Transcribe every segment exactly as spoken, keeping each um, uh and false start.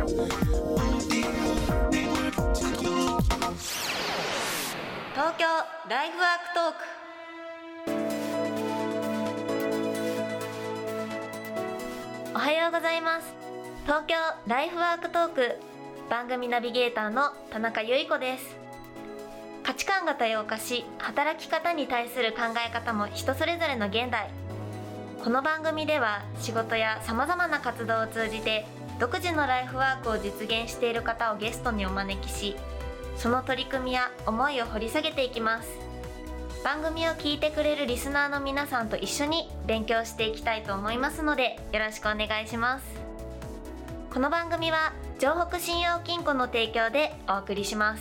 東京ライフワークトーク。おはようございます。東京ライフワークトーク番組ナビゲーターの田中由衣子です。価値観が多様化し、働き方に対する考え方も人それぞれの現代。この番組では仕事やさまざまな活動を通じて独自のライフワークを実現している方をゲストにお招きし、その取り組みや思いを掘り下げていきます。番組を聞いてくれるリスナーの皆さんと一緒に勉強していきたいと思いますので、よろしくお願いします。この番組は城北信用金庫の提供でお送りします。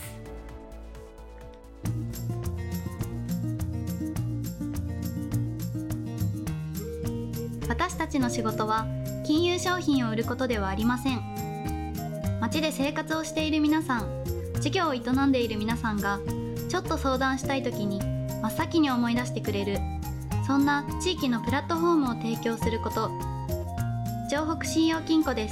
私たちの仕事は金融商品を売ることではありません。街で生活をしている皆さん、事業を営んでいる皆さんがちょっと相談したいときに真っ先に思い出してくれる、そんな地域のプラットフォームを提供すること、城北信用金庫です。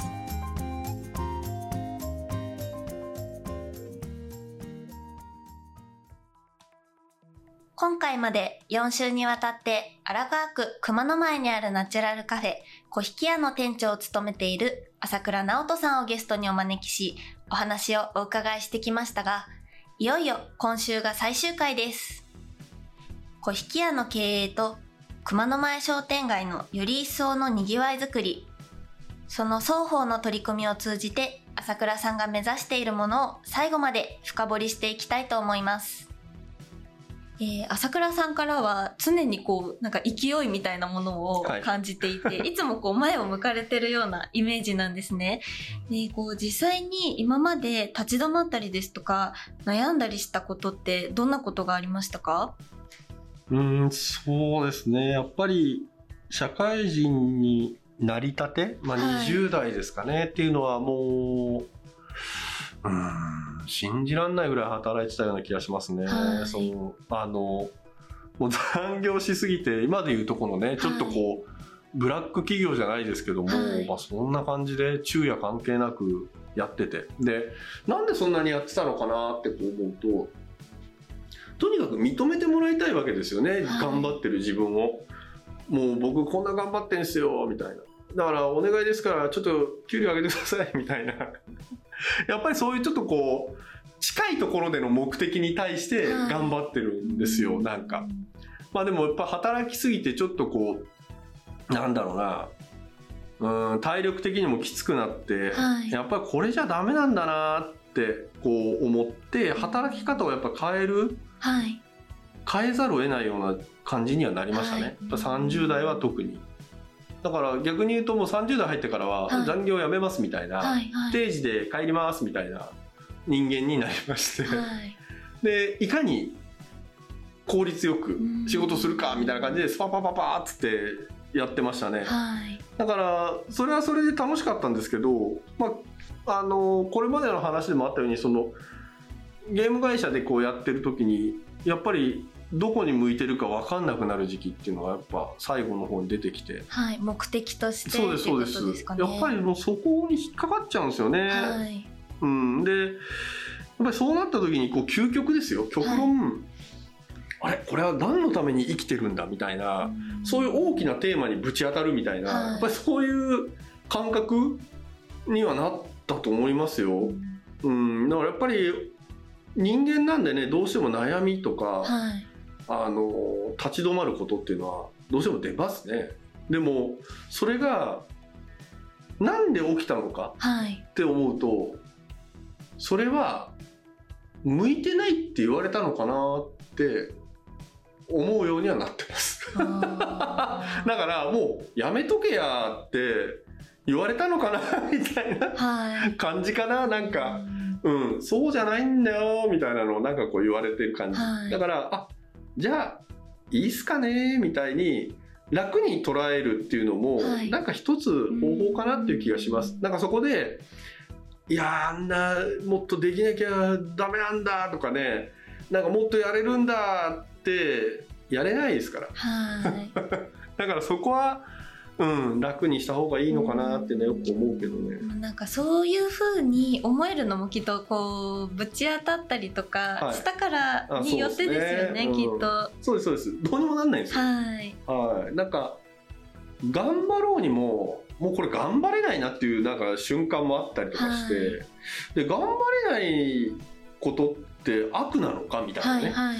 今回までよん週にわたって荒川区熊野前にあるナチュラルカフェ小引屋の店長を務めている朝倉直人さんをゲストにお招きし、お話をお伺いしてきましたが、いよいよ今週が最終回です。小引屋の経営と熊野前商店街のより一層のにぎわいづくり、その双方の取り組みを通じて朝倉さんが目指しているものを最後まで深掘りしていきたいと思います。えー、朝倉さんからは常にこうなんか勢いみたいなものを感じていて、はい、いつもこう前を向かれてるようなイメージなんですね。で、こう実際に今まで立ち止まったりですとか悩んだりしたことってどんなことがありましたか？ うーん、そうですね。やっぱり社会人になりたて、まあ、にじゅう代ですかね、はい、っていうのはもううーん信じらんないぐらい働いてたような気がしますね。はい、そのあのもう残業しすぎて、今でいうとこのね、ちょっとこう、はい、ブラック企業じゃないですけども、はい、まあ、そんな感じで昼夜関係なくやってて、でなんでそんなにやってたのかなってこう思うと、とにかく認めてもらいたいわけですよね、はい、頑張ってる自分を。もう僕こんな頑張ってんすよみたいな、だからお願いですからちょっと給料上げてくださいみたいなやっぱりそういうちょっとこう近いところでの目的に対して頑張ってるんですよ、はい、なんかまあでもやっぱ働きすぎてちょっとこうなんだろうな、うん体力的にもきつくなって、はい、やっぱりこれじゃダメなんだなってこう思って働き方をやっぱ変える、はい、変えざるを得ないような感じにはなりましたね、はい、やっぱさんじゅう代は特に。だから逆に言うともうさんじゅう代入ってからは残業やめますみたいな、はいはい、定時で帰りますみたいな人間になりまして、はい、でいかに効率よく仕事するかみたいな感じでスパパパパーっつってやってましたね、はい、だからそれはそれで楽しかったんですけど、まあ、あのこれまでの話でもあったように、そのゲーム会社でこうやってる時にやっぱりどこに向いてるか分かんなくなる時期っていうのがやっぱ最後の方に出てきて、 はい、目的としてそうですそうです、 っていうことですかね。 やっぱりもうそこに引っかかっちゃうんですよね、はい、うん、でやっぱりそうなった時にこう究極ですよ、極論、はい、あれこれは何のために生きてるんだみたいな、うん、そういう大きなテーマにぶち当たるみたいな、はい、やっぱりそういう感覚にはなったと思いますよ、うん、だからやっぱり人間なんでね、どうしても悩みとか、はい、あの立ち止まることっていうのはどうしても出ますね。でもそれがなんで起きたのかって思うと、はい、それは向いてないって言われたのかなって思うようにはなってますだからもうやめとけやって言われたのかなみたいな、はい、感じかな、なんか、うん、そうじゃないんだよみたいなのをなんかこう言われてる感じ、はい、だからあじゃあいいっすかねみたいに楽に捉えるっていうのも、はい、なんか一つ方法かなっていう気がします。なんかそこでいやあんなもっとできなきゃダメなんだとかね、なんかもっとやれるんだってやれないですから、はい、だからそこはうん、楽にした方がいいのかなってね、よく思うけどね。 なんかそういう風に思えるのもきっとこうぶち当たったりとかしたからによってですよね、 はい、 きっと、 うん、そうですそうです。どうにもなんないんですよ。 はい、 はい、なんか頑張ろうにももうこれ頑張れないなっていうなんか瞬間もあったりとかして、はい、で頑張れないことって悪なのかみたいなね、はいはい、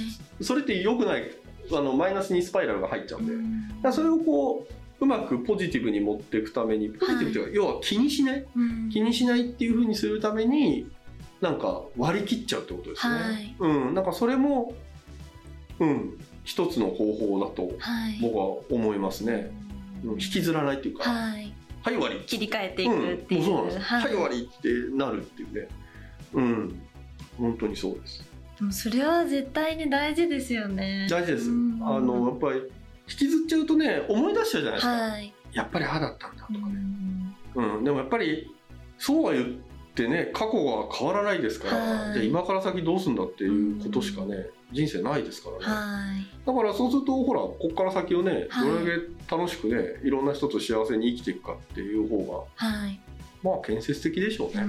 それって良くない、あのマイナスにスパイラルが入っちゃうんで、うん、だからそれをこううまくポジティブに持っていくために、ポジティブというか、はい、要は気にしない、うん、気にしないっていう風にするためになんか割り切っちゃうってことですね、はい、うん、なんかそれもうん一つの方法だと僕は思いますね、はい、うん、引きずらないっていうか、はい、はい、割り切り替えていくっていう、うん、 そうなんです、はい、はい、割りってなるっていうね、うん、本当にそうです。 でもそれは絶対に大事ですよね。 大事です、うん、あのやっぱり引きずっちゃうとね思い出しちゃうじゃないですか、はい、やっぱりああだったんだとかね、うん、うん、でもやっぱりそうは言ってね過去が変わらないですから、はい、じゃあ今から先どうすんだっていうことしかね、うん、人生ないですからね、はい、だからそうするとほらこっから先をね、はい、どれだけ楽しくねいろんな人と幸せに生きていくかっていう方が、はい、まあ建設的でしょうね。うん、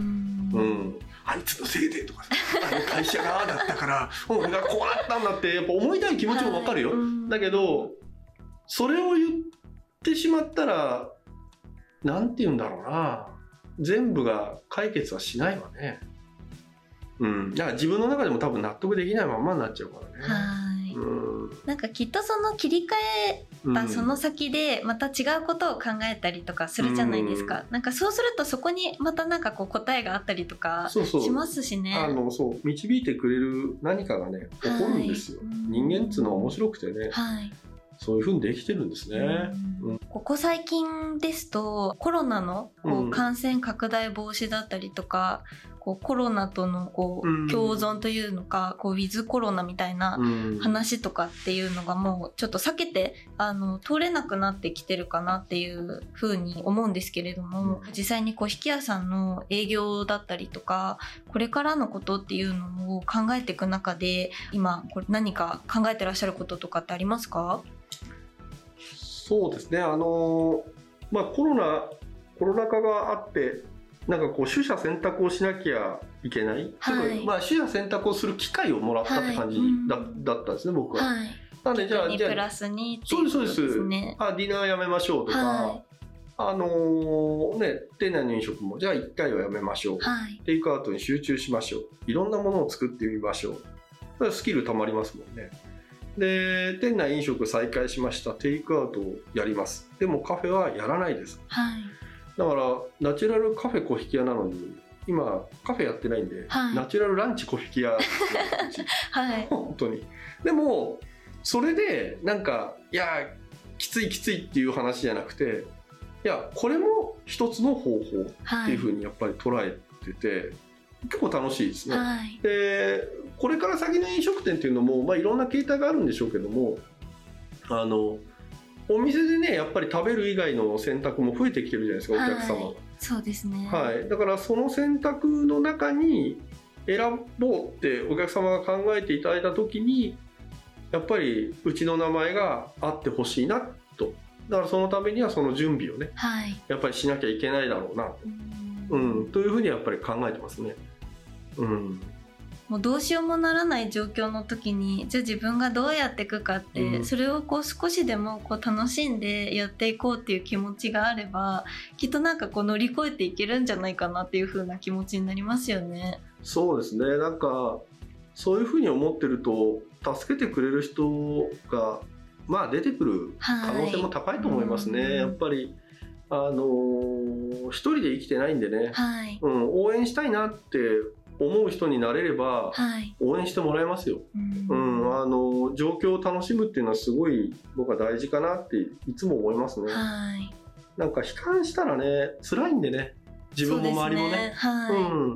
うん、あいつのせいでとかあの会社がああだったから俺がこうなったんだってやっぱ思いたい気持ちも分かるよ、はい、だけどそれを言ってしまったらなんて言うんだろうな、全部が解決はしないわね。うん、だから自分の中でも多分納得できないままになっちゃうからね。はい、うん、 なんかきっとその切り替えたその先でまた違うことを考えたりとかするじゃないですか、うん、なんかそうするとそこにまたなんかこう答えがあったりとかしますしね。 そうそう、あのそう導いてくれる何かがね起こるんですよ、はい、人間っつうのは面白くてね、はい、そういう風にできてるんですね、うん、 ここ最近ですとコロナのこう感染拡大防止だったりとか、うん、こうコロナとのこう共存というのか、こうウィズコロナみたいな話とかっていうのがもうちょっと避けてあの通れなくなってきてるかなっていう風に思うんですけれども、実際にこう引き屋さんの営業だったりとかこれからのことっていうのを考えていく中で今これ何か考えてらっしゃることとかってありますか？ そうですね、あのまあコロナコロナ禍があってなんかこう取捨選択をしなきゃいけない、はい、まあ取捨選択をする機会をもらったって感じ だ,、はい、だったんですね僕は、はい、 なんでじゃあじゃあプラスにっていうことですね。そうですそうです、 あディナーやめましょうとか、はい、あのー、ね店内の飲食もじゃあいっかいはやめましょう、はい、テイクアウトに集中しましょう、いろんなものを作ってみましょう、それはスキルたまりますもんね。で店内飲食再開しました、テイクアウトをやります、でもカフェはやらないです、はい、だからナチュラルカフェ小引屋なのに今カフェやってないんで、はい、ナチュラルランチ小引屋はい、本当に。でもそれでなんかいやきついきついっていう話じゃなくて、いやこれも一つの方法っていうふうにやっぱり捉えてて、はい、結構楽しいですね、はい、でこれから先の飲食店っていうのも、まあ、いろんな形態があるんでしょうけども、あのお店でねやっぱり食べる以外の選択も増えてきてるじゃないですか、お客様が、はい、 そうですね、 はい、だからその選択の中に選ぼうってお客様が考えていただいた時にやっぱりうちの名前があってほしいなと、だからそのためにはその準備をね、はい、やっぱりしなきゃいけないだろうなと、うん、うん、というふうにやっぱり考えてますね。うん、 もうどうしようもならない状況の時にじゃあ自分がどうやっていくかって、うん、それをこう少しでもこう楽しんでやっていこうっていう気持ちがあればきっとなんかこう乗り越えていけるんじゃないかなっていう風な気持ちになりますよね。 そうですね、なんかそういう風に思ってると助けてくれる人がまあ出てくる可能性も高いと思いますね、はい、やっぱりあのー、一人で生きてないんでね、はい、うん、応援したいなって思う人になれれば応援してもらえますよ、はい、うん、あの状況を楽しむっていうのはすごい僕は大事かなっていつも思いますね、はい、なんか悲観したらね辛いんでね、自分も周りもね、ね、はい、うん、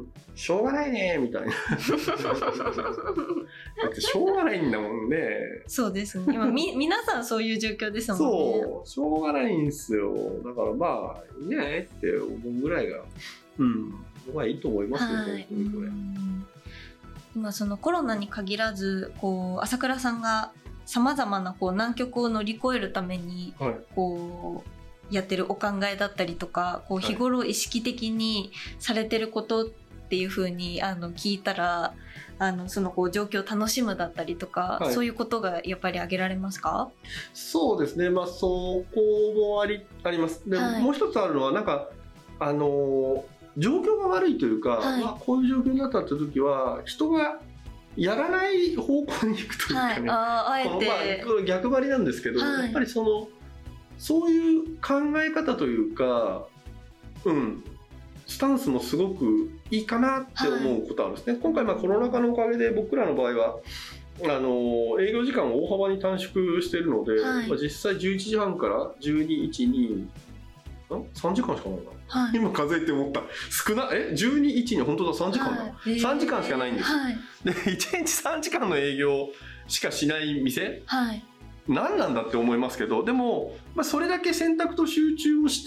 しょうがないねみたいなだってしょうがないんだもんね。 そうですね、今み皆さんそういう状況ですもんね。 そうしょうがないんですよ、だからまあいいんじゃないって思うぐらいが、うん、僕はいいと思いますよ、はい、本当にこれ。 今そのコロナに限らずこう朝倉さんがさまざまなこう難局を乗り越えるために、はい、こうやってるお考えだったりとか、こう日頃意識的にされてることっていう風にあの聞いたら、あのそのこう状況を楽しむだったりとか、はい、そういうことがやっぱり挙げられますか？ そうですね、まあ、そこもあり、あります。で、はい、もう一つあるのはなんかあの状況が悪いというか、はい、まあ、こういう状況になったって時は人がやらない方向に行くというかね、はい、ああえて、まあ、逆張りなんですけど、はい、やっぱりそのそういう考え方というか、うん、スタンスもすごくいいかなって思うことあるんですね。はい、今回まあコロナ禍のおかげで僕らの場合はあの営業時間を大幅に短縮しているので、はい、まあ、実際じゅういちじはんからじゅうに、いち、に、さんじかんしかないな、はい、今数えて思った、少なえじゅうに、いちに本当ださんじかんだ、はい、さんじかんしかないんです、はい、でいちにちさんじかんの営業しかしない店、はい、何なんだって思いますけど、でも、まあ、それだけ選択と集中をして、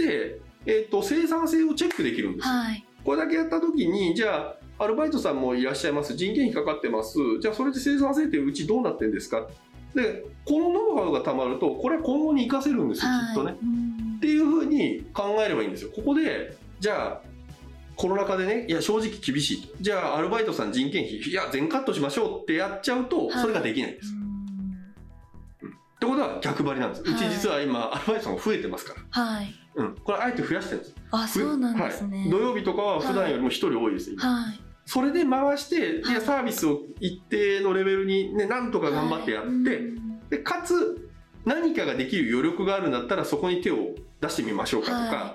えーと、生産性をチェックできるんですよ、はい、これだけやった時にじゃあアルバイトさんもいらっしゃいます、人件費かかってます、じゃあそれで生産性ってうちどうなってるんですか、でこのノウハウがたまるとこれは今後に生かせるんですよ、はい、きっとね、っていうふうに考えればいいんですよ。ここでじゃあコロナ禍でね、いや正直厳しいと、じゃあアルバイトさん人件費いや全カットしましょうってやっちゃうとそれができないんです、はい、うん、ってことは逆張りなんです、はい、うち実は今アルバイトさんが増えてますから、はい、うん、これあえて増やしてるんです。 あ、そうなんですね、はい、 土曜日とかは普段よりもひとり多いですよ、今、はい、それで回して、いやサービスを一定のレベルにねなんとか頑張ってやって、はい、でかつ何かができる余力があるんだったらそこに手を出してみましょうかとか、はい、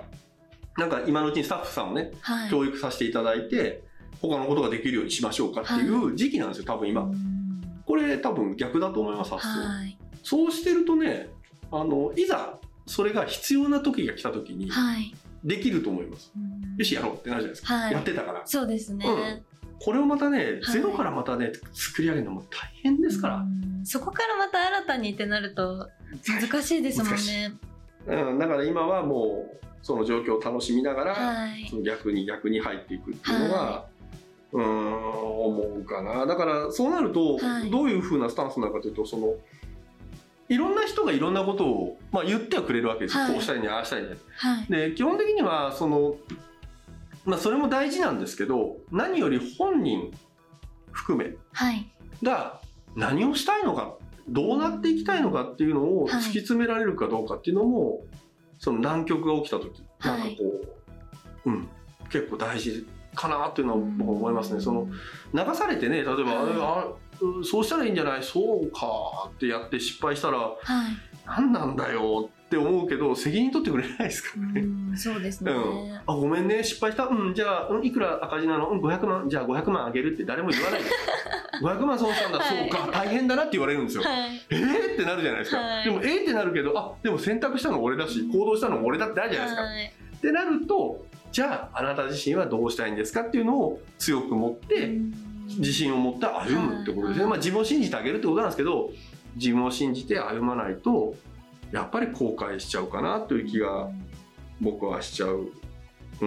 なんか今のうちにスタッフさんをね、はい、教育させていただいて他のことができるようにしましょうかっていう時期なんですよ、多分今。これ多分逆だと思います、発想、はい、そうしてるとね、あのいざそれが必要な時が来た時にできると思います、はい、よしやろうってなるじゃないですか、はい、やってたから。 そうですね、うん、 これをまたね、ゼロからまたね、はい、作り上げるのも大変ですから、 そこからまた新たにってなると難しいですもんね、 うん、だから今はもうその状況を楽しみながら、はい、その逆に逆に入っていくっていうのが、はい、うーん思うかな。だからそうなると、はい、どういう風なスタンスなのかというと、そのいろんな人がいろんなことを、まあ、言ってはくれるわけですよ、はい、こうしたいねああしたいね、はい、で基本的にはその、まあ、それも大事なんですけど、何より本人含めが何をしたいのか、どうなっていきたいのかっていうのを突き詰められるかどうかっていうのも、その難局が起きた時、なんかこう、はい、うん、結構大事かなっていうのは僕は思いますね。その流されてね、例えば、はい、あそうしたらいいんじゃない、そうかってやって失敗したら、はい、何なんだよって思うけど責任取ってくれないですからね。 うん、そうですね、うん、 あごめんね失敗した、うん、じゃあ、うん、いくら赤字なの、うん、ごひゃくまん、じゃあごひゃくまんあげるって誰も言わないごひゃくまん損したんだ、はい、そうか大変だなって言われるんですよ、はい、えーってなるじゃないですか、はい、でもえーってなるけど、あでも選択したの俺だし行動したのも俺だってあるじゃないですか、はい、ってなると、じゃああなた自身はどうしたいんですかっていうのを強く持って自信を持って歩むってことですね、まあ、自分を信じてあげるってことなんですけど、自分を信じて歩まないとやっぱり後悔しちゃうかなという気が僕はしちゃう。うん、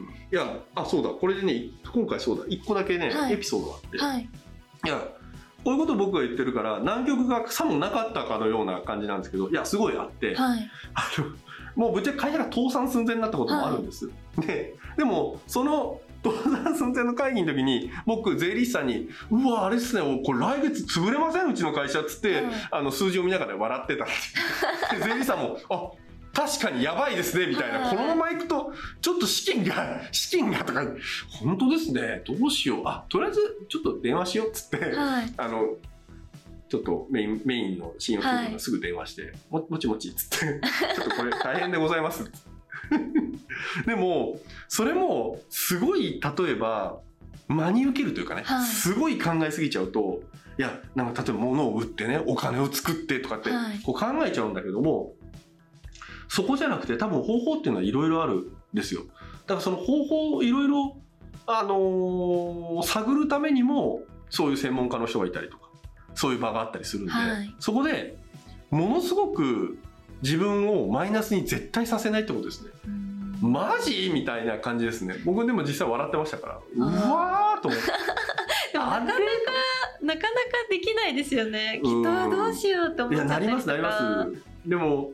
いや、あそうだ、これでね今回そうだいっこだけね、はい、エピソードがあって、はい、いやこういうことを僕が言ってるから南極がさもなかったかのような感じなんですけど、いやすごいあって、はい、あのもうぶっちゃけ会社が倒産寸前になったこともあるんです、はい、で, でもその倒産寸前の会議の時に僕税理士さんに「うわあれっすね、これ来月潰れませんうちの会社」っつって、はい、あの数字を見ながら笑ってたんです税理士さんも「あ確かにやばいですね」みたいな、はい、このままいくとちょっと資金が資金がとか「本当ですねどうしよう、あとりあえずちょっと電話しよう」っつって、はい、あのちょっとメインメインの信用金庫がすぐ電話して、はい、も, もちもちっつってちょっとこれ大変でございますっつってでもそれもすごい、例えば真に受けるというかね、はい、すごい考えすぎちゃうと、いやなんか例えば物を売ってねお金を作ってとかってこう考えちゃうんだけども、そこじゃなくて多分方法っていうのはいろいろあるんですよ。だからその方法をいろいろあのー、探るためにもそういう専門家の人がいたりとかそういう場があったりするんで、はい、そこでものすごく自分をマイナスに絶対させないってことですね。マジみたいな感じですね。僕でも実際笑ってましたから、うわーと思ってでもなかなかなかなかできないですよね。人はどうしようと思っちゃったりとか。 いやなりますなります。でも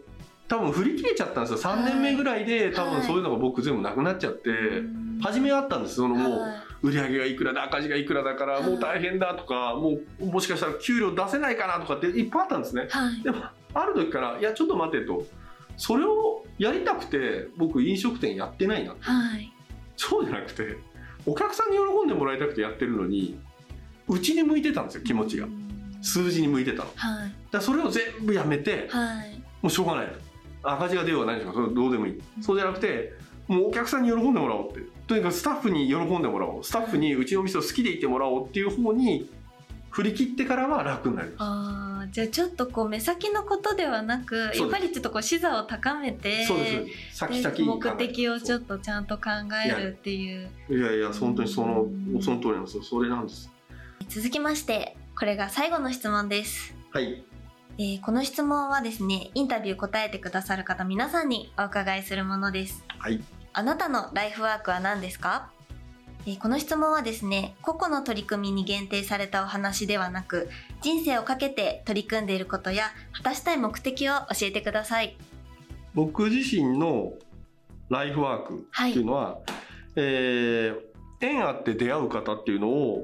多分振り切れちゃったんですよ。さんねんめぐらいで多分そういうのが僕全部なくなっちゃって、はい、初めはあったんです。そのもう売り上げがいくらだ赤字がいくらだからもう大変だとか、もうもしかしたら給料出せないかなとかっていっぱいあったんですね、はい、でもある時からいやちょっと待てと、それをやりたくて僕飲食店やってないなって、はい、そうじゃなくてお客さんに喜んでもらいたくてやってるのにうちに向いてたんですよ、気持ちが数字に向いてたの、はい、だからそれを全部やめて、はい、もうしょうがないと、赤字が出ようが何しようがそれどうでもいい、うん、そうじゃなくてもうお客さんに喜んでもらおうって、とにかくスタッフに喜んでもらおう、スタッフにうちの店を好きでいてもらおうっていう方に振り切ってからは楽になります。 あ、じゃあちょっとこう目先のことではなくやっぱりちょっとこう視座を高めて、 そうです先々 目的をちょっとちゃんと考えるっていう。 いやいや本当にそのその通りなんですよ。それなんです。 続きましてこれが最後の質問です。 はい、 えー、この質問はですね、インタビュー答えてくださる方皆さんにお伺いするものです。 はい、 あなたのライフワークは何ですか？えー、この質問はですね、個々の取り組みに限定されたお話ではなく、人生をかけて取り組んでいることや果たしたい目的を教えてください。 僕自身のライフワークっていうのは、はい、えー、縁あって出会う方っていうのを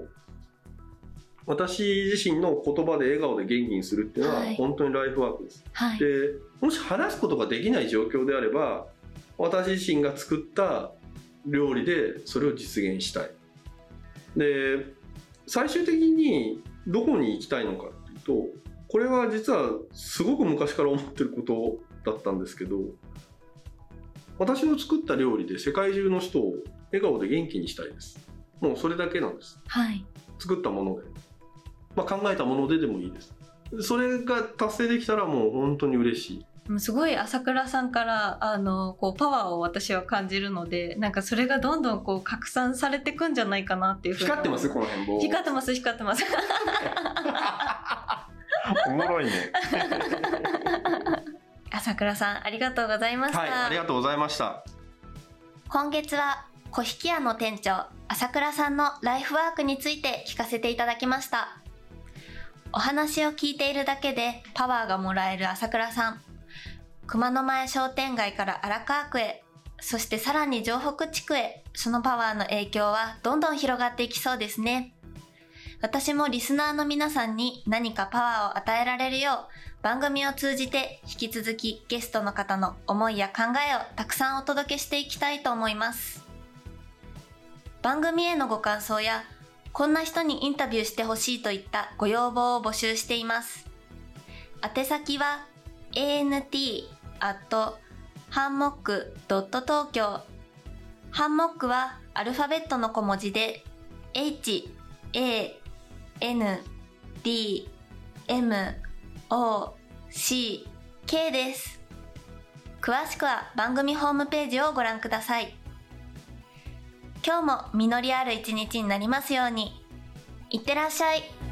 私自身の言葉で笑顔で元気にするっていうのは本当にライフワークです、はい、でもし話すことができない状況であれば私自身が作った料理でそれを実現したい。で最終的にどこに行きたいのかっていうと、これは実はすごく昔から思ってることだったんですけど、私の作った料理で世界中の人を笑顔で元気にしたいです。もうそれだけなんです、はい、作ったもので、まあ、考えたものででもいいです。それが達成できたらもう本当に嬉しい。 すごい朝倉さんからあのこうパワーを私は感じるので、なんかそれがどんどんこう拡散されていくんじゃないかなっていうふうに。 光ってますこの辺も。 光ってます光ってますおもろいね朝倉さんありがとうございました。 はい、ありがとうございました。 今月は小引屋の店長朝倉さんのライフワークについて聞かせていただきました。お話を聞いているだけでパワーがもらえる朝倉さん、熊野前商店街から荒川区へ、そしてさらに城北地区へ、そのパワーの影響はどんどん広がっていきそうですね。私もリスナーの皆さんに何かパワーを与えられるよう、番組を通じて引き続きゲストの方の思いや考えをたくさんお届けしていきたいと思います。番組へのご感想やこんな人にインタビューしてほしいといったご要望を募集しています。宛先は エーエヌティー アット ハンモック ドット 東京。ハンモックはアルファベットの小文字で エイチ エー エヌ ディー エム オー シー ケー です。詳しくは番組ホームページをご覧ください。今日も実りある一日になりますように。いってらっしゃい。